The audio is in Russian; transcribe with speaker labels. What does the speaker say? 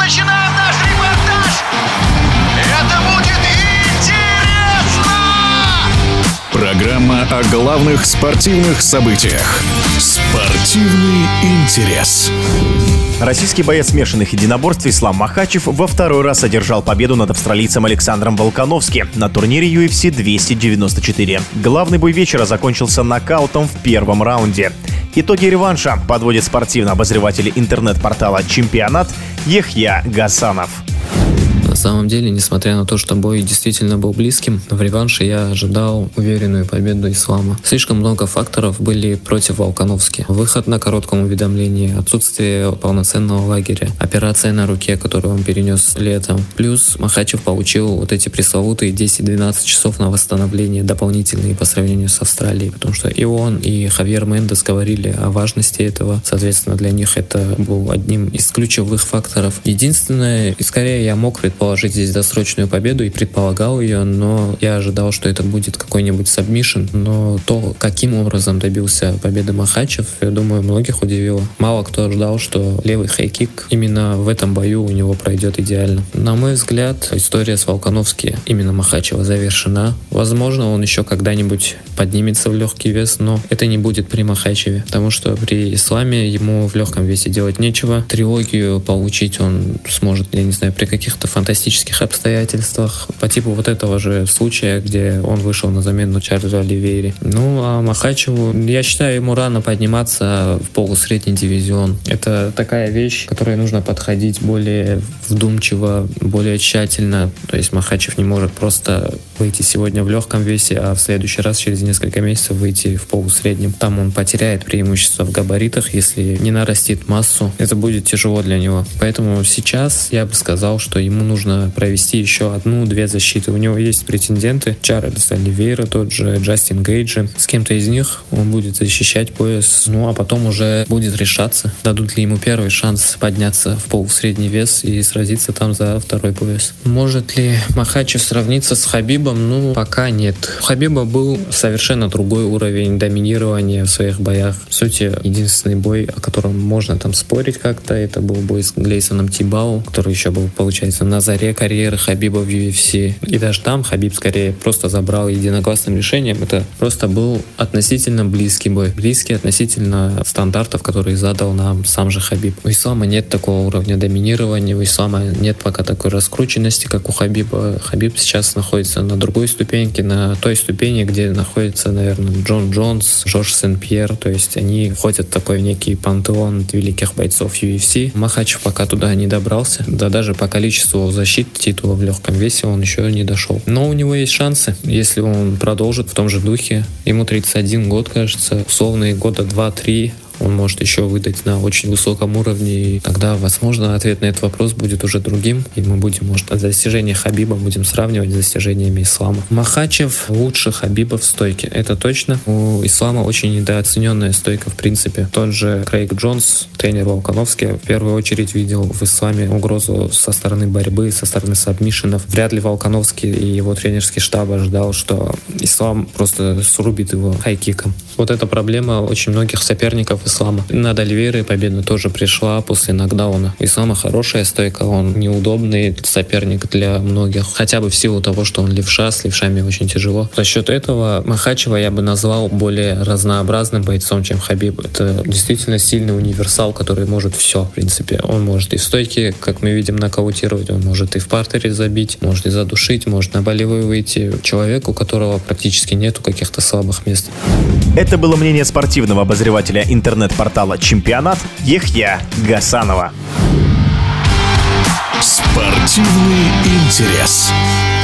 Speaker 1: начинаем наш репортаж. Это будет интересно!
Speaker 2: Программа о главных спортивных событиях. Спортивный интерес.
Speaker 3: Российский боец смешанных единоборств Ислам Махачев во второй раз одержал победу над австралийцем Александром Волконовски на турнире UFC 294. Главный бой вечера закончился нокаутом в первом раунде. Итоги реванша подводит спортивный обозреватель интернет-портала «Чемпионат» Яхья Гасанов.
Speaker 4: На самом деле, несмотря на то, что бой действительно был близким, в реванше я ожидал уверенную победу Ислама. Слишком много факторов были против Волконовски. Выход на коротком уведомлении, отсутствие полноценного лагеря, операция на руке, которую он перенес летом. Плюс Махачев получил вот эти пресловутые 10-12 часов на восстановление дополнительные по сравнению с Австралией, потому что и он, и Хавьер Мендес говорили о важности этого. Соответственно, для них это был одним из ключевых факторов. Единственное, и скорее я мог предположить здесь досрочную победу и предполагал ее, но я ожидал, что это будет какой-нибудь сабмишн. Но то, каким образом добился победы Махачев, я думаю, многих удивило. Мало кто ждал, что левый хай-кик именно в этом бою у него пройдет идеально. На мой взгляд, история с Волконовски именно Махачева завершена. Возможно, он еще когда-нибудь поднимется в легкий вес, но это не будет при Махачеве, потому что при Исламе ему в легком весе делать нечего. Трилогию получить он сможет, я не знаю, при каких-то фантастических обстоятельствах, по типу вот этого же случая, где он вышел на замену Чарльзу Оливейре. Ну, а Махачеву, я считаю, ему рано подниматься в полусредний дивизион. Это такая вещь, к которой нужно подходить более вдумчиво, более тщательно. То есть Махачев не может просто выйти сегодня в легком весе, а в следующий раз через несколько месяцев выйти в полусреднем. Там он потеряет преимущество в габаритах, если не нарастит массу. Это будет тяжело для него. Поэтому сейчас я бы сказал, что ему нужно провести еще 1-2 защиты. У него есть претенденты. Чарльз Оливейра, тот же Джастин Гейджи. С кем-то из них он будет защищать пояс. Ну, а потом уже будет решаться, дадут ли ему первый шанс подняться в полусредний вес и сразиться там за второй пояс. Может ли Махачев сравниться с Хабибом? Ну, пока нет. У Хабиба был совершенно другой уровень доминирования в своих боях. В сути, единственный бой, о котором можно там спорить как-то, это был бой с Глейсоном Тибау, который еще был, получается, на заре карьеры Хабиба в UFC. И даже там Хабиб скорее просто забрал единогласным решением. Это просто был относительно близкий бой. Близкий относительно стандартов, которые задал нам сам же Хабиб. У Ислама нет такого уровня доминирования, у Ислама нет пока такой раскрученности, как у Хабиба. Хабиб сейчас находится на другой ступеньке, на той ступени, где находится, наверное, Джон Джонс, Жорж Сен-Пьер. То есть они входят в такой некий пантеон великих бойцов UFC. Махачев пока туда не добрался. Да даже по количеству защит титула в легком весе он еще не дошел. Но у него есть шансы, если он продолжит в том же духе. Ему 31 год, кажется. Условные года 2-3 он может еще выдать на очень высоком уровне, и тогда, возможно, ответ на этот вопрос будет уже другим, и мы будем, может, достижения Хабиба будем сравнивать с достижениями Ислама. Махачев лучше Хабиба в стойке, это точно. У Ислама очень недооцененная стойка, в принципе. Тот же Крейг Джонс, тренер Волконовски, в первую очередь видел в Исламе угрозу со стороны борьбы, со стороны сабмишенов. Вряд ли Волконовский и его тренерский штаб ожидал, что Ислам просто срубит его хайкиком. Вот эта проблема очень многих соперников Ислама. Над Оливейрой победа тоже пришла после нокдауна. У Ислама хорошая стойка, он неудобный соперник для многих. Хотя бы в силу того, что он левша, с левшами очень тяжело. За счет этого Махачева я бы назвал более разнообразным бойцом, чем Хабиб. Это действительно сильный универсал, который может все, в принципе. Он может и в стойке, как мы видим, нокаутировать, он может и в партере забить, может и задушить, может на болевой выйти. Человек, у которого практически нету каких-то слабых мест.
Speaker 3: Это было мнение спортивного обозревателя интернет-портала «Чемпионат» Яхья Гасанова.
Speaker 2: Спортивный интерес.